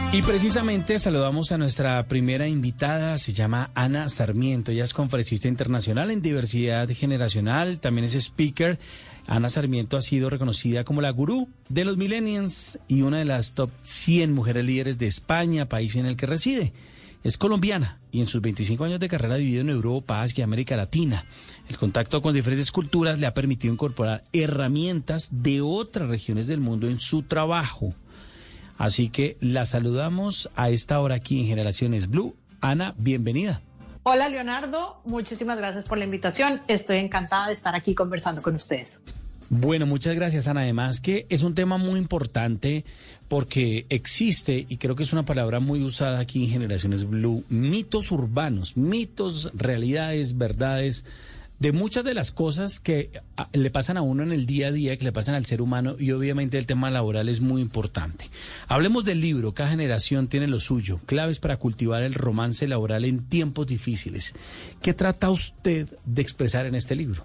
Y precisamente saludamos a nuestra primera invitada, se llama Ana Sarmiento, ella es conferencista internacional en diversidad generacional, también es speaker. Ana Sarmiento ha sido reconocida como la gurú de los millennials y una de las top 100 mujeres líderes de España, país en el que reside. Es colombiana y en sus 25 años de carrera ha vivido en Europa, Asia y América Latina. El contacto con diferentes culturas le ha permitido incorporar herramientas de otras regiones del mundo en su trabajo. Así que la saludamos a esta hora aquí en Generaciones Blue. Ana, bienvenida. Hola Leonardo, muchísimas gracias por la invitación. Estoy encantada de estar aquí conversando con ustedes. Bueno, muchas gracias, Ana. Además que es un tema muy importante porque existe, y creo que es una palabra muy usada aquí en Generaciones Blue, mitos urbanos, mitos, realidades, verdades, de muchas de las cosas que le pasan a uno en el día a día, que le pasan al ser humano, y obviamente el tema laboral es muy importante. Hablemos del libro, cada generación tiene lo suyo, claves para cultivar el romance laboral en tiempos difíciles. ¿Qué trata usted de expresar en este libro?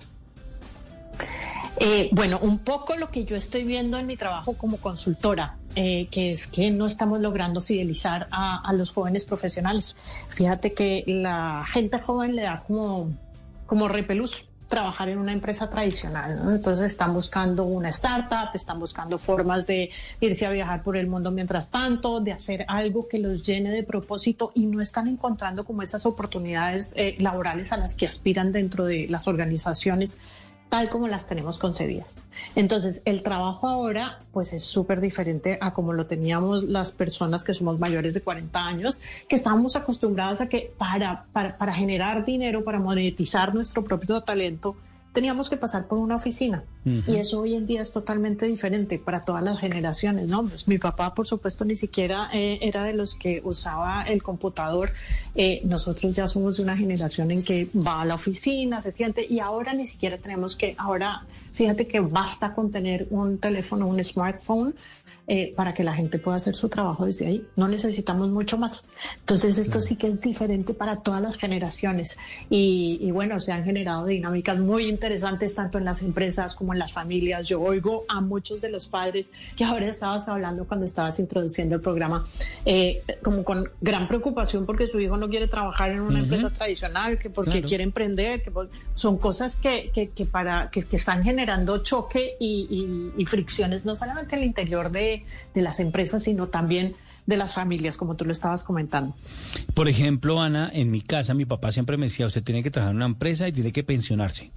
Bueno, un poco lo que yo estoy viendo en mi trabajo como consultora, que es que no estamos logrando fidelizar a los jóvenes profesionales. Fíjate que la gente joven le da como repelús trabajar en una empresa tradicional, ¿no? Entonces están buscando una startup, están buscando formas de irse a viajar por el mundo mientras tanto, de hacer algo que los llene de propósito y no están encontrando como esas oportunidades laborales a las que aspiran dentro de las organizaciones tal como las tenemos concebidas. Entonces, el trabajo ahora pues es súper diferente a como lo teníamos las personas que somos mayores de 40 años, que estábamos acostumbrados a que para generar dinero, para monetizar nuestro propio talento, teníamos que pasar por una oficina. Uh-huh. Y eso hoy en día es totalmente diferente para todas las generaciones, ¿no? Pues mi papá, por supuesto, ni siquiera era de los que usaba el computador. Nosotros ya somos de una generación en que va a la oficina, se siente, y ahora ni siquiera tenemos que, ahora fíjate que basta con tener un teléfono, un smartphone, para que la gente pueda hacer su trabajo desde ahí. No necesitamos mucho más. Entonces esto sí que es diferente para todas las generaciones y bueno, se han generado dinámicas muy interesantes tanto en las empresas como en las familias. Yo oigo a muchos de los padres que ahora estabas hablando cuando estabas introduciendo el programa, como con gran preocupación porque su hijo no quiere trabajar en una empresa tradicional, que porque quiere emprender, que son cosas que están generando choque y fricciones no solamente en el interior de las empresas, sino también de las familias, como tú lo estabas comentando. Por ejemplo, Ana, en mi casa, mi papá siempre me decía, usted tiene que trabajar en una empresa y tiene que pensionarse.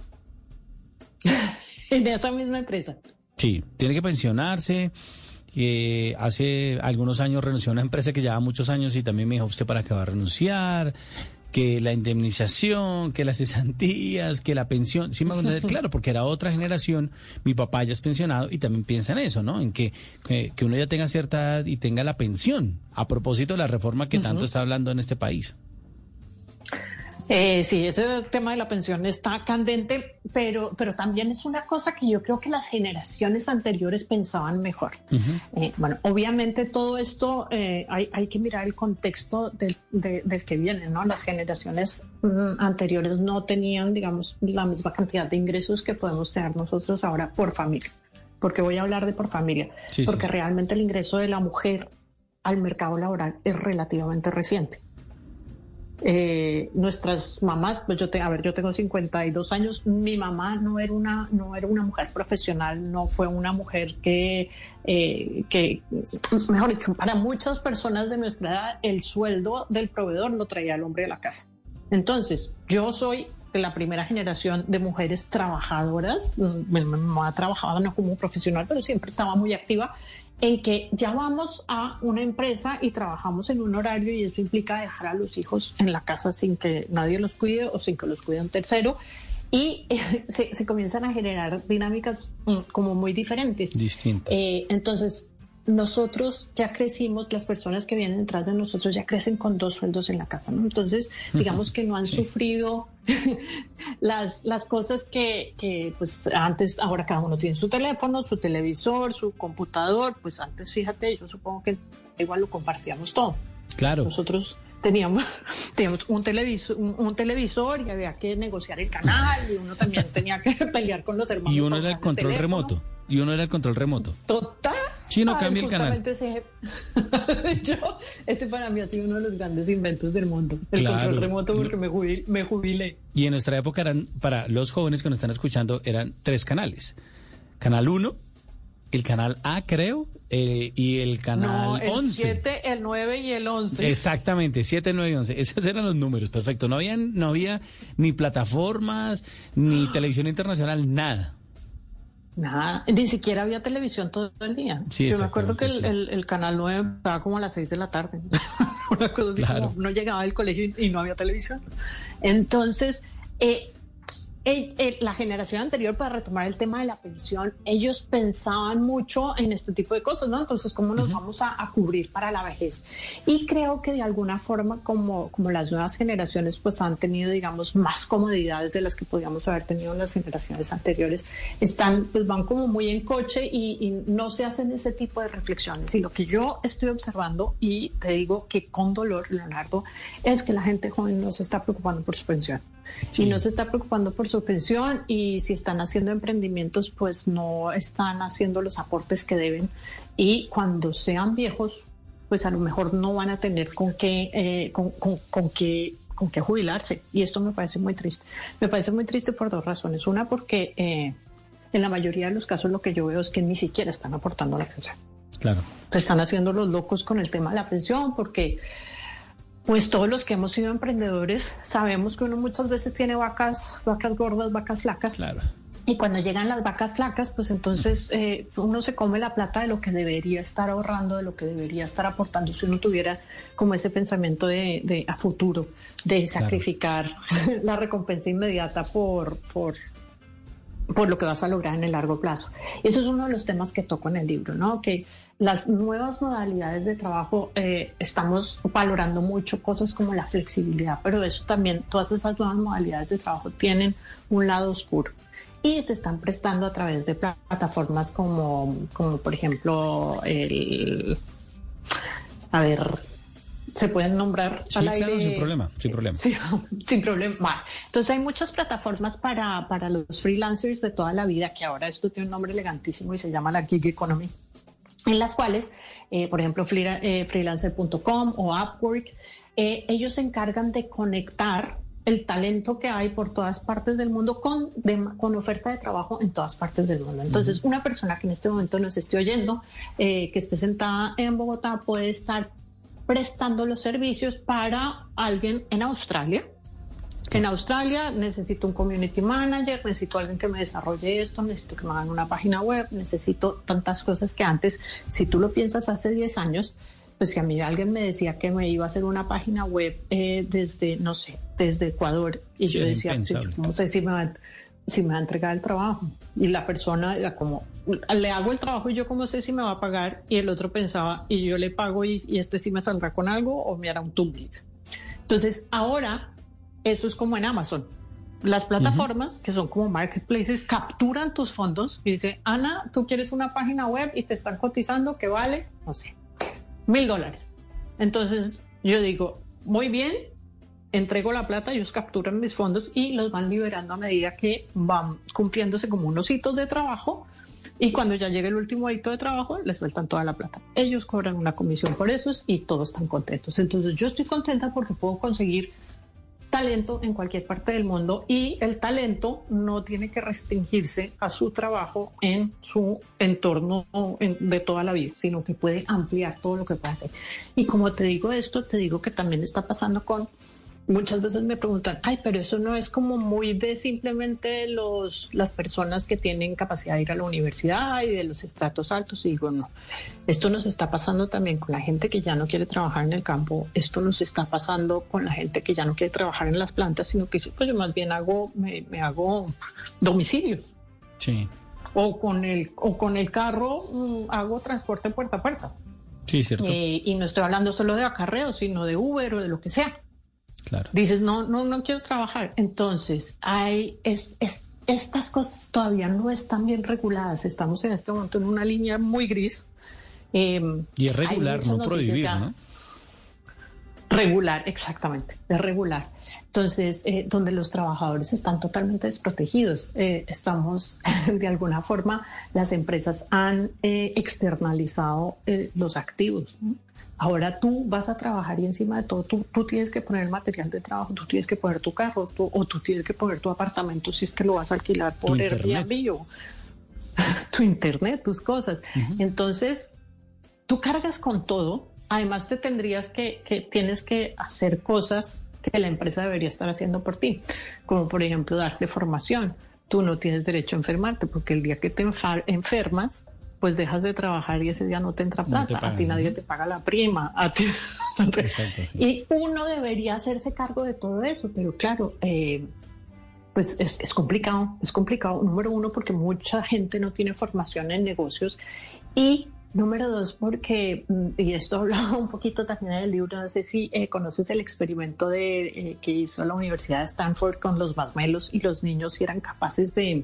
¿En esa misma empresa? Sí, tiene que pensionarse. Hace algunos años renunció a una empresa que llevaba muchos años y también me dijo, ¿usted para qué va a renunciar? Que la indemnización, que las cesantías, que la pensión, sí me voy a entender, claro, porque era otra generación, mi papá ya es pensionado y también piensa en eso, ¿no? En que uno ya tenga cierta edad y tenga la pensión, a propósito de la reforma que tanto está hablando en este país. Sí, ese tema de la pensión está candente, pero también es una cosa que yo creo que las generaciones anteriores pensaban mejor. Uh-huh. Bueno, obviamente todo esto hay que mirar el contexto del que viene, ¿no? Las generaciones anteriores no tenían, digamos, la misma cantidad de ingresos que podemos tener nosotros ahora por familia. Porque voy a hablar de por familia, sí, porque realmente el ingreso de la mujer al mercado laboral es relativamente reciente. Nuestras mamás, pues yo tengo 52 años, mi mamá no era una mujer profesional, no fue una mujer que mejor dicho, para muchas personas de nuestra edad el sueldo del proveedor lo traía el hombre de la casa. Entonces, yo soy de la primera generación de mujeres trabajadoras. Mi mamá trabajaba no como profesional, pero siempre estaba muy activa, en que ya vamos a una empresa y trabajamos en un horario y eso implica dejar a los hijos en la casa sin que nadie los cuide o sin que los cuide un tercero y se comienzan a generar dinámicas como muy diferentes. Distintas. Entonces, nosotros ya crecimos, las personas que vienen detrás de nosotros ya crecen con 2 sueldos en la casa, ¿no? Entonces, digamos que no han sufrido las cosas que pues antes, ahora cada uno tiene su teléfono, su televisor, su computador, pues antes, fíjate, yo supongo que igual lo compartíamos todo. Claro. Nosotros teníamos un televisor y había que negociar el canal y uno también tenía que pelear con los hermanos. Y uno era el control remoto. y uno era el control remoto. Total. Sí, no cambia el canal. Ese para mí ha sido uno de los grandes inventos del mundo, el Claro. control remoto, porque me jubilé. Y en nuestra época para los jóvenes que nos están escuchando, eran 3 canales. Canal 1, el canal A, creo, y el canal 11. El 7, el 9 y el 11. Exactamente, 7, 9 y 11. Esos eran los números, perfecto. No había ni plataformas, ni televisión internacional, nada. Nada, ni siquiera había televisión todo el día. Sí, yo me acuerdo que sí. el canal 9 estaba como a las 6 de la tarde. Una cosa así, Claro. como no llegaba del colegio y no había televisión. Entonces, la generación anterior, para retomar el tema de la pensión, ellos pensaban mucho en este tipo de cosas, ¿no? Entonces, ¿cómo nos vamos a cubrir para la vejez? Y creo que de alguna forma, como las nuevas generaciones pues han tenido, digamos, más comodidades de las que podíamos haber tenido en las generaciones anteriores, van como muy en coche y no se hacen ese tipo de reflexiones. Y lo que yo estoy observando, y te digo que con dolor, Leonardo, es que la gente joven no se está preocupando por su pensión. Sí. Y no se está preocupando por su pensión, y si están haciendo emprendimientos, pues no están haciendo los aportes que deben, y cuando sean viejos, pues a lo mejor no van a tener con qué jubilarse. Y esto me parece muy triste. Me parece muy triste por 2 razones. Una, porque en la mayoría de los casos lo que yo veo es que ni siquiera están aportando a la pensión. Claro. Se están haciendo los locos con el tema de la pensión, porque pues todos los que hemos sido emprendedores sabemos que uno muchas veces tiene vacas gordas, vacas flacas. Claro. Y cuando llegan las vacas flacas, pues entonces uno se come la plata de lo que debería estar ahorrando, de lo que debería estar aportando, si uno tuviera como ese pensamiento de a futuro, de sacrificar la recompensa inmediata por lo que vas a lograr en el largo plazo. Eso es uno de los temas que toco en el libro, ¿no? Que las nuevas modalidades de trabajo, estamos valorando mucho cosas como la flexibilidad, pero eso también, todas esas nuevas modalidades de trabajo tienen un lado oscuro y se están prestando a través de plataformas como por ejemplo, ¿se pueden nombrar Sí, al aire? claro, sin problema. Sí, sin problema. Vale. Entonces hay muchas plataformas para los freelancers de toda la vida, que ahora esto tiene un nombre elegantísimo y se llama la gig economy, en las cuales, por ejemplo, freelancer.com o Upwork, ellos se encargan de conectar el talento que hay por todas partes del mundo con oferta de trabajo en todas partes del mundo. Entonces, una persona que en este momento nos esté oyendo, que esté sentada en Bogotá, puede estar prestando los servicios para alguien en Australia. En Australia necesito un community manager, necesito alguien que me desarrolle esto, necesito que me hagan una página web, necesito tantas cosas que antes, si tú lo piensas hace 10 años, pues que a mí alguien me decía que me iba a hacer una página web desde Ecuador, y yo decía, no sé si me va a entregar el trabajo. Y la persona era como, le hago el trabajo y yo como sé si me va a pagar, y el otro pensaba, y yo le pago y este sí me saldrá con algo o me hará un tumblr. Entonces ahora eso es como en Amazon. Las plataformas, que son como marketplaces, capturan tus fondos y dice, Ana, tú quieres una página web y te están cotizando que vale, no sé, $1,000. Entonces yo digo, muy bien, entrego la plata, ellos capturan mis fondos y los van liberando a medida que van cumpliéndose como unos hitos de trabajo, y cuando ya llegue el último hito de trabajo les sueltan toda la plata. Ellos cobran una comisión por eso y todos están contentos. Entonces yo estoy contenta porque puedo conseguir talento en cualquier parte del mundo, y el talento no tiene que restringirse a su trabajo en su entorno de toda la vida, sino que puede ampliar todo lo que puede hacer. Y como te digo esto, te digo que también está pasando con, muchas veces me preguntan, pero eso no es como muy de simplemente las personas que tienen capacidad de ir a la universidad y de los estratos altos. Y digo, no, esto nos está pasando también con la gente que ya no quiere trabajar en el campo, esto nos está pasando con la gente que ya no quiere trabajar en las plantas, sino que pues yo más bien me hago domicilios. Sí. O con el carro hago transporte puerta a puerta. Sí, cierto. Y no estoy hablando solo de acarreo, sino de Uber o de lo que sea. Claro. Dices, no quiero trabajar. Entonces, estas cosas todavía no están bien reguladas. Estamos en este momento en una línea muy gris. Y es regular, no prohibir, ¿no? Regular, exactamente, es regular. Entonces, donde los trabajadores están totalmente desprotegidos, estamos, de alguna forma, las empresas han externalizado los activos, ¿no? Ahora tú vas a trabajar y encima de todo tú tienes que poner el material de trabajo, tú tienes que poner tu carro, o tú tienes que poner tu apartamento si es que lo vas a alquilar por Airbnb o tu internet, tus cosas. Entonces, tú cargas con todo. Además te tendrías tienes que hacer cosas que la empresa debería estar haciendo por ti, como por ejemplo darte formación. Tú no tienes derecho a enfermarte porque el día que te enfermas, pues dejas de trabajar y ese día no te entra plata, no te pagan, a ti nadie te paga la prima, a ti. Exacto, sí. Y uno debería hacerse cargo de todo eso, pero claro, pues es complicado, número uno, porque mucha gente no tiene formación en negocios, y número dos, porque, y esto hablaba un poquito también en el libro, no sé si conoces el experimento que hizo la Universidad de Stanford con los masmelos, y los niños si eran capaces de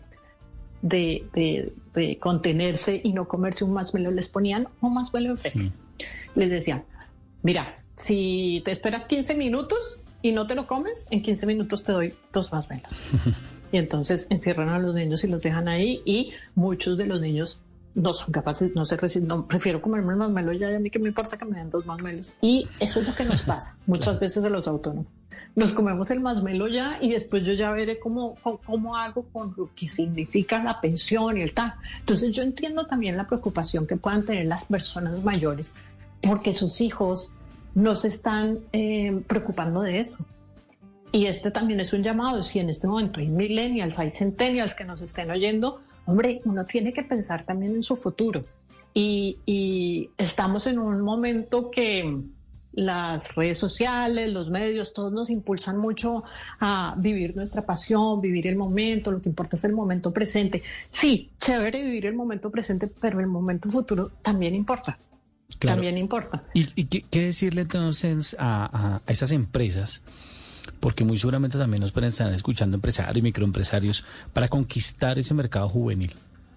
contenerse y no comerse un masmelo, les ponían un masmelo enfrente. Sí. Les decían, mira, si te esperas 15 minutos y no te lo comes, en 15 minutos te doy 2 masmelos. Y entonces encierran a los niños y los dejan ahí, y muchos de los niños no son capaces, no se resisten, no, prefiero comerme el masmelo ya, y a mí que me importa que me den 2 masmelos. Y eso es lo que nos pasa muchas veces a los autónomos. Nos comemos el masmelo ya y después yo ya veré cómo hago con lo que significa la pensión y el tal. Entonces yo entiendo también la preocupación que puedan tener las personas mayores porque sus hijos no se están preocupando de eso. Y este también es un llamado, si en este momento hay millennials, hay centennials que nos estén oyendo, hombre, uno tiene que pensar también en su futuro. Y estamos en un momento que las redes sociales, los medios, todos nos impulsan mucho a vivir nuestra pasión, vivir el momento, lo que importa es el momento presente. Sí, chévere vivir el momento presente, pero el momento futuro también importa. Claro. También importa. ¿Y qué decirle entonces a esas empresas? Porque muy seguramente también nos pueden estar escuchando empresarios y microempresarios para conquistar ese mercado juvenil.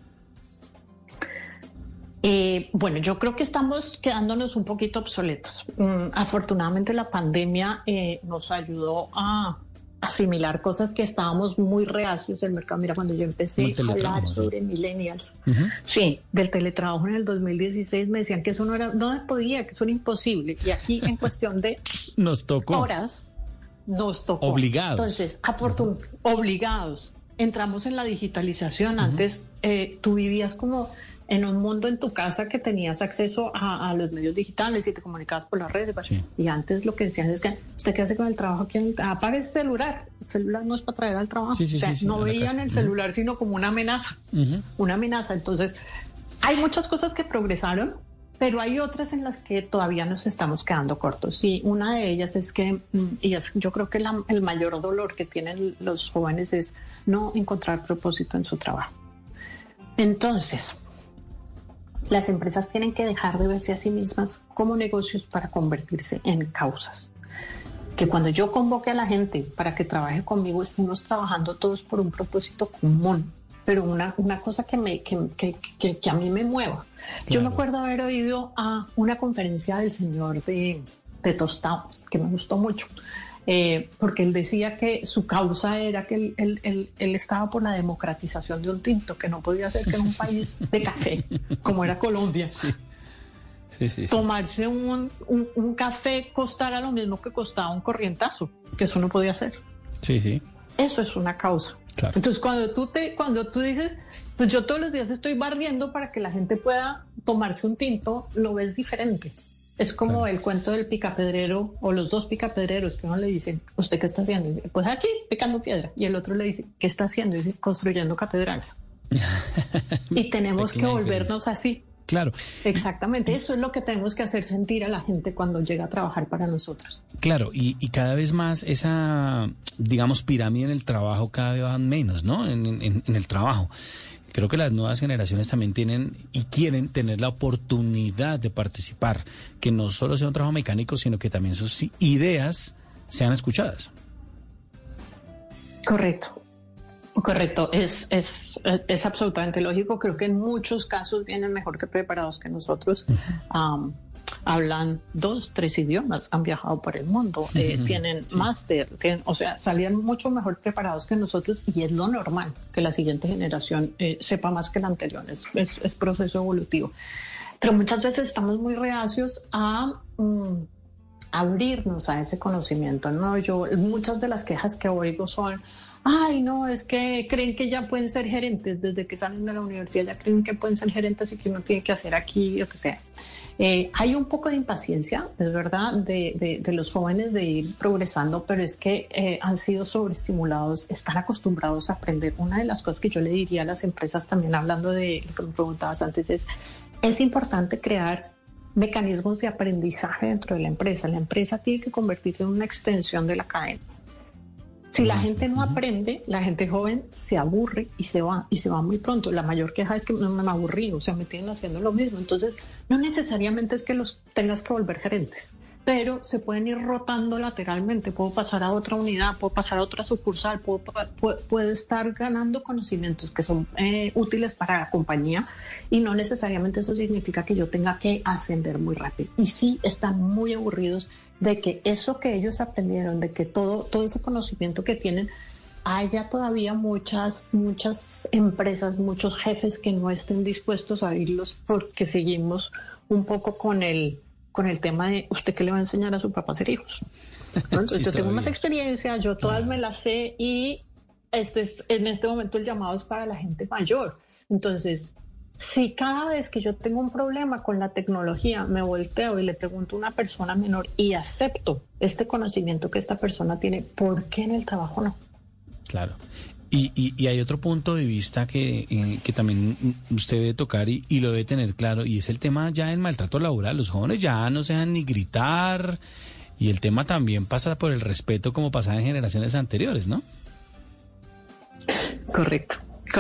Bueno, yo creo que estamos quedándonos un poquito obsoletos. Afortunadamente la pandemia nos ayudó a asimilar cosas que estábamos muy reacios del mercado. Mira, cuando yo empecé a hablar sobre millennials, sí, del teletrabajo en el 2016, me decían que eso no se podía, que eso era imposible. Y aquí en cuestión de nos tocó. Horas, nos tocó. Obligados. Entonces, obligados. Entramos en la digitalización. Antes tú vivías como en un mundo en tu casa que tenías acceso a los medios digitales y te comunicabas por las redes. Sí. Y antes lo que decían es que usted qué hace con el trabajo, apague ese celular. El celular no es para traer al trabajo. No veían el celular sino como una amenaza. Una amenaza. Entonces, hay muchas cosas que progresaron, pero hay otras en las que todavía nos estamos quedando cortos. Y una de ellas es que, yo creo que el mayor dolor que tienen los jóvenes es no encontrar propósito en su trabajo. Entonces, las empresas tienen que dejar de verse a sí mismas como negocios para convertirse en causas. Que cuando yo convoque a la gente para que trabaje conmigo, estemos trabajando todos por un propósito común, pero una cosa que a mí me mueva. Claro. Yo me acuerdo haber oído a una conferencia del señor de Tostado, que me gustó mucho, porque él decía que su causa era que él estaba por la democratización de un tinto, que no podía ser que en un país de café, como era Colombia, sí. Tomarse un café costara lo mismo que costaba un corrientazo, que eso no podía ser. Sí. Eso es una causa. Claro. Entonces, cuando tú dices, pues yo todos los días estoy barriendo para que la gente pueda tomarse un tinto, lo ves diferente. Es como el cuento del picapedrero o los dos picapedreros que uno le dicen, ¿usted qué está haciendo? Y dice, pues aquí, picando piedra. Y el otro le dice, ¿qué está haciendo? Y dice, construyendo catedrales. Y tenemos que volvernos así. Claro. Exactamente, eso es lo que tenemos que hacer sentir a la gente cuando llega a trabajar para nosotros. Claro, y cada vez más esa, digamos, pirámide en el trabajo cada vez va menos, ¿no? En el trabajo. Creo que las nuevas generaciones también tienen y quieren tener la oportunidad de participar, que no solo sea un trabajo mecánico, sino que también sus ideas sean escuchadas. Correcto, es absolutamente lógico. Creo que en muchos casos vienen mejor que preparados que nosotros. hablan 2, 3 idiomas, han viajado por el mundo, tienen máster, o sea, salían mucho mejor preparados que nosotros y es lo normal que la siguiente generación sepa más que la anterior, es proceso evolutivo. Pero muchas veces estamos muy reacios a abrirnos a ese conocimiento, ¿no? Muchas de las quejas que oigo son, ay, no, es que creen que ya pueden ser gerentes, desde que salen de la universidad ya creen que pueden ser gerentes y que uno tiene que hacer aquí, lo que sea. Hay un poco de impaciencia, es verdad, de los jóvenes de ir progresando, pero es que han sido sobreestimulados, están acostumbrados a aprender. Una de las cosas que yo le diría a las empresas, también hablando de lo que me preguntabas antes, es importante crear mecanismos de aprendizaje dentro de la empresa. La empresa tiene que convertirse en una extensión de la cadena. Si la gente no aprende, la gente joven se aburre y se va muy pronto. La mayor queja es que no me aburrí, o sea, me tienen haciendo lo mismo. Entonces, no necesariamente es que los tengas que volver gerentes, pero se pueden ir rotando lateralmente. Puedo pasar a otra unidad, puedo pasar a otra sucursal, puedo estar ganando conocimientos que son útiles para la compañía y no necesariamente eso significa que yo tenga que ascender muy rápido. Y sí están muy aburridos de que eso que ellos aprendieron, de que todo ese conocimiento que tienen, haya todavía muchas empresas, muchos jefes que no estén dispuestos a oírlos porque seguimos un poco con el tema de usted qué le va a enseñar a su papá a ser hijos. Entonces, sí, yo tengo más experiencia, yo todas me las sé y en este momento el llamado es para la gente mayor. Entonces, si cada vez que yo tengo un problema con la tecnología me volteo y le pregunto a una persona menor y acepto este conocimiento que esta persona tiene, ¿por qué en el trabajo no? Claro. Y hay otro punto de vista que también usted debe tocar y lo debe tener claro, y es el tema ya del maltrato laboral. Los jóvenes ya no se dejan ni gritar, y el tema también pasa por el respeto como pasaba en generaciones anteriores, ¿no? Correcto.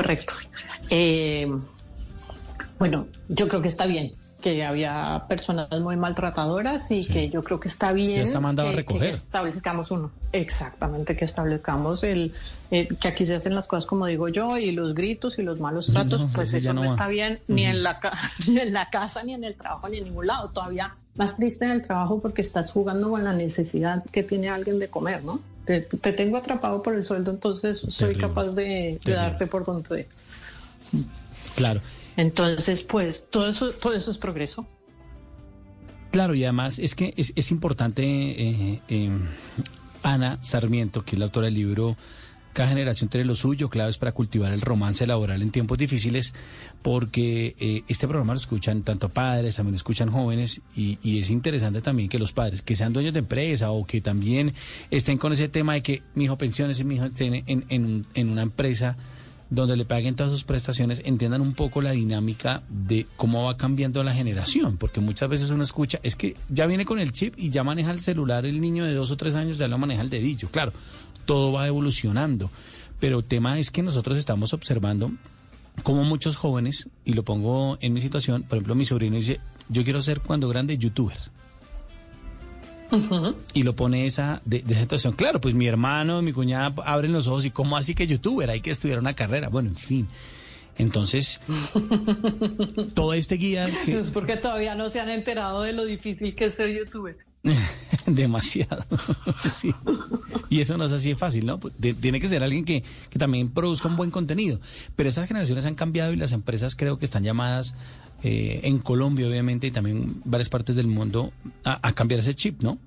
Bueno, yo creo que está bien que había personas muy maltratadoras y que yo creo que está bien sí, está mandado a recoger. Que establezcamos que establezcamos que aquí se hacen las cosas como digo yo, y los gritos y los malos tratos, pues eso no está bien ni en la casa, ni en el trabajo, ni en ningún lado. Todavía más triste en el trabajo porque estás jugando con la necesidad que tiene alguien de comer, ¿no? Te tengo atrapado por el sueldo, entonces soy capaz de darte por donde. Claro. Entonces, pues, todo eso es progreso. Claro, y además es que es importante, Ana Sarmiento, que es la autora del libro Cada generación tiene lo suyo, claves para cultivar el romance laboral en tiempos difíciles, porque este programa lo escuchan tanto padres, también lo escuchan jóvenes, y es interesante también que los padres, que sean dueños de empresa o que también estén con ese tema de que mi hijo pensiones y mi hijo estén en una empresa donde le paguen todas sus prestaciones, entiendan un poco la dinámica de cómo va cambiando la generación, porque muchas veces uno escucha, es que ya viene con el chip y ya maneja el celular, el niño de 2 o 3 años ya lo maneja el dedillo, claro, todo va evolucionando, pero el tema es que nosotros estamos observando cómo muchos jóvenes, y lo pongo en mi situación, por ejemplo mi sobrino dice, yo quiero ser cuando grande youtuber. Uh-huh. Y lo pone de esa situación. Claro, pues mi hermano, mi cuñada abren los ojos y ¿cómo así que youtuber? Hay que estudiar una carrera. Bueno, en fin. Entonces, toda este guía... Es porque todavía no se han enterado de lo difícil que es ser youtuber. Demasiado. Sí. Y eso no es así de fácil, ¿no? Tiene que ser alguien que también produzca un buen contenido. Pero esas generaciones han cambiado y las empresas creo que están llamadas... en Colombia, obviamente, y también en varias partes del mundo, a cambiar ese chip, ¿no?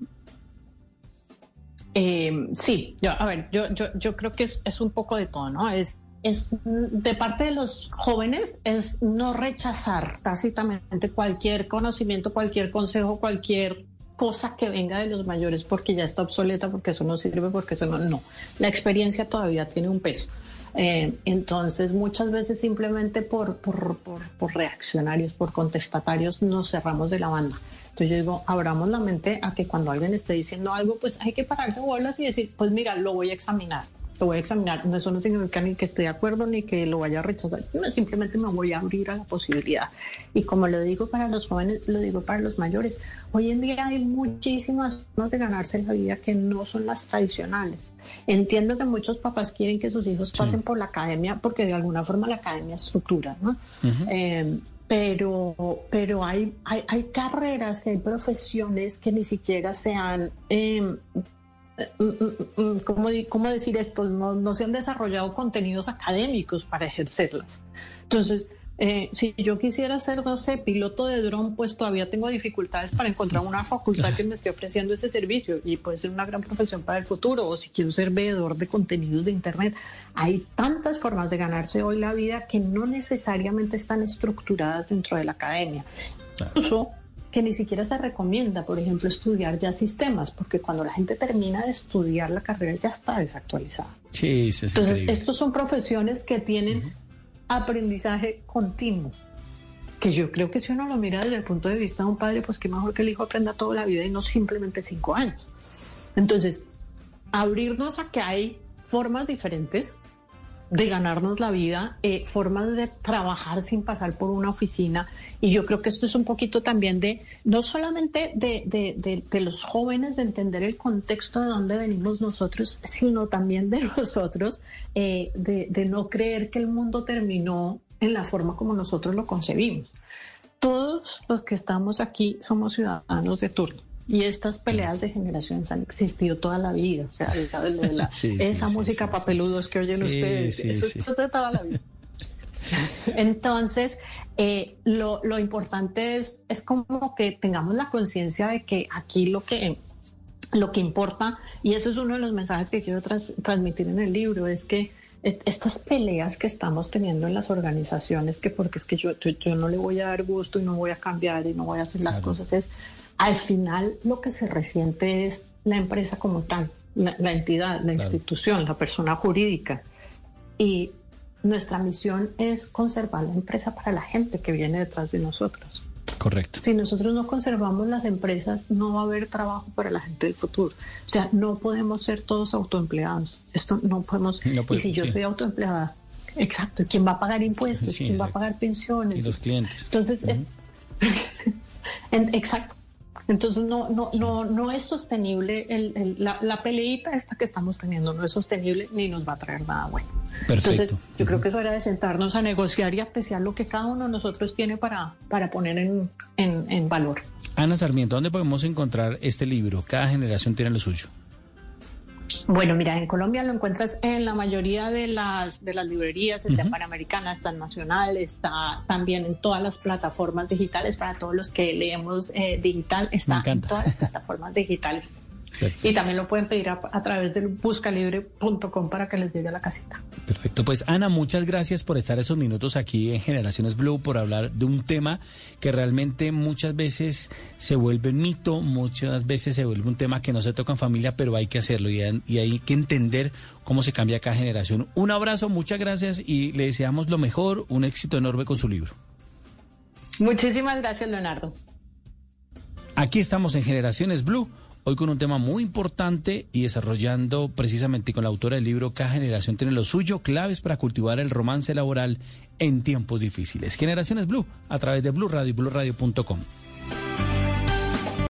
Sí, yo creo que es un poco de todo, ¿no? Es de parte de los jóvenes, es no rechazar tácitamente cualquier conocimiento, cualquier consejo, cualquier cosa que venga de los mayores, porque ya está obsoleta, porque eso no sirve, porque eso no. La experiencia todavía tiene un peso. Entonces muchas veces simplemente por reaccionarios, por contestatarios nos cerramos de la banda. Entonces yo digo, abramos la mente a que cuando alguien esté diciendo algo, pues hay que parar de bolas y decir, pues mira, lo voy a examinar. No, eso no significa ni que esté de acuerdo ni que lo vaya a rechazar, simplemente me voy a abrir a la posibilidad. Y como lo digo para los jóvenes, lo digo para los mayores, hoy en día hay muchísimas formas de ganarse la vida que no son las tradicionales. Entiendo que muchos papás quieren que sus hijos pasen por la academia porque de alguna forma la academia estructura, ¿no? Uh-huh. pero hay carreras, hay profesiones que ni siquiera se han, ¿cómo decir esto? No se han desarrollado contenidos académicos para ejercerlas. Entonces, si yo quisiera ser, no sé, piloto de dron, pues todavía tengo dificultades para encontrar una facultad que me esté ofreciendo ese servicio, y puede ser una gran profesión para el futuro. O si quiero ser veedor de contenidos de Internet, hay tantas formas de ganarse hoy la vida que no necesariamente están estructuradas dentro de la academia. Incluso que ni siquiera se recomienda, por ejemplo, estudiar ya sistemas, porque cuando la gente termina de estudiar la carrera ya está desactualizada. Sí, entonces, estos son profesiones que tienen aprendizaje continuo, que yo creo que si uno lo mira desde el punto de vista de un padre, pues qué mejor que el hijo aprenda toda la vida y no simplemente 5 años. Entonces, abrirnos a que hay formas diferentes de ganarnos la vida, formas de trabajar sin pasar por una oficina, y yo creo que esto es un poquito también de, no solamente de los jóvenes, de entender el contexto de dónde venimos nosotros, sino también de nosotros, de no creer que el mundo terminó en la forma como nosotros lo concebimos. Todos los que estamos aquí somos ciudadanos de turno. Y estas peleas de generaciones han existido toda la vida. O sea, esa música papeludos que oyen ustedes, eso es de toda la vida. Entonces, lo importante es como que tengamos la conciencia de que aquí lo que importa, y eso es uno de los mensajes que quiero transmitir en el libro, es que estas peleas que estamos teniendo en las organizaciones, que porque es que yo no le voy a dar gusto y no voy a cambiar y no voy a hacer las cosas, es al final lo que se resiente es la empresa como tal, la entidad, la institución, la persona jurídica. Y nuestra misión es conservar la empresa para la gente que viene detrás de nosotros. Correcto. Si nosotros no conservamos las empresas, no va a haber trabajo para la gente del futuro. O sea, no podemos ser todos autoempleados. Esto no podemos. Y si yo soy autoempleada, exacto, ¿quién va a pagar impuestos? ¿Quién va a pagar pensiones? Y los clientes. Entonces, exacto. Entonces no es sostenible la peleita esta que estamos teniendo, no es sostenible ni nos va a traer nada bueno. Perfecto. Entonces yo creo que es hora de sentarnos a negociar y apreciar lo que cada uno de nosotros tiene para poner en valor. Ana Sarmiento, ¿dónde podemos encontrar este libro? Cada generación tiene lo suyo. Bueno, mira, en Colombia lo encuentras en la mayoría de las librerías, está en Panamericana, está en Nacional, está también en todas las plataformas digitales. Para todos los que leemos digital, está en todas las plataformas digitales. Perfecto. Y también lo pueden pedir a través del buscalibre.com para que les llegue a la casita. Perfecto. Pues Ana, muchas gracias por estar esos minutos aquí en Generaciones Blue, por hablar de un tema que realmente muchas veces se vuelve mito, muchas veces se vuelve un tema que no se toca en familia, pero hay que hacerlo y hay que entender cómo se cambia cada generación. Un abrazo, muchas gracias y le deseamos lo mejor, un éxito enorme con su libro. Muchísimas gracias, Leonardo. Aquí estamos en Generaciones Blue. Hoy con un tema muy importante y desarrollando precisamente con la autora del libro Cada generación tiene lo suyo, claves para cultivar el romance laboral en tiempos difíciles. Generaciones Blue, a través de Blue Radio y BlueRadio.com.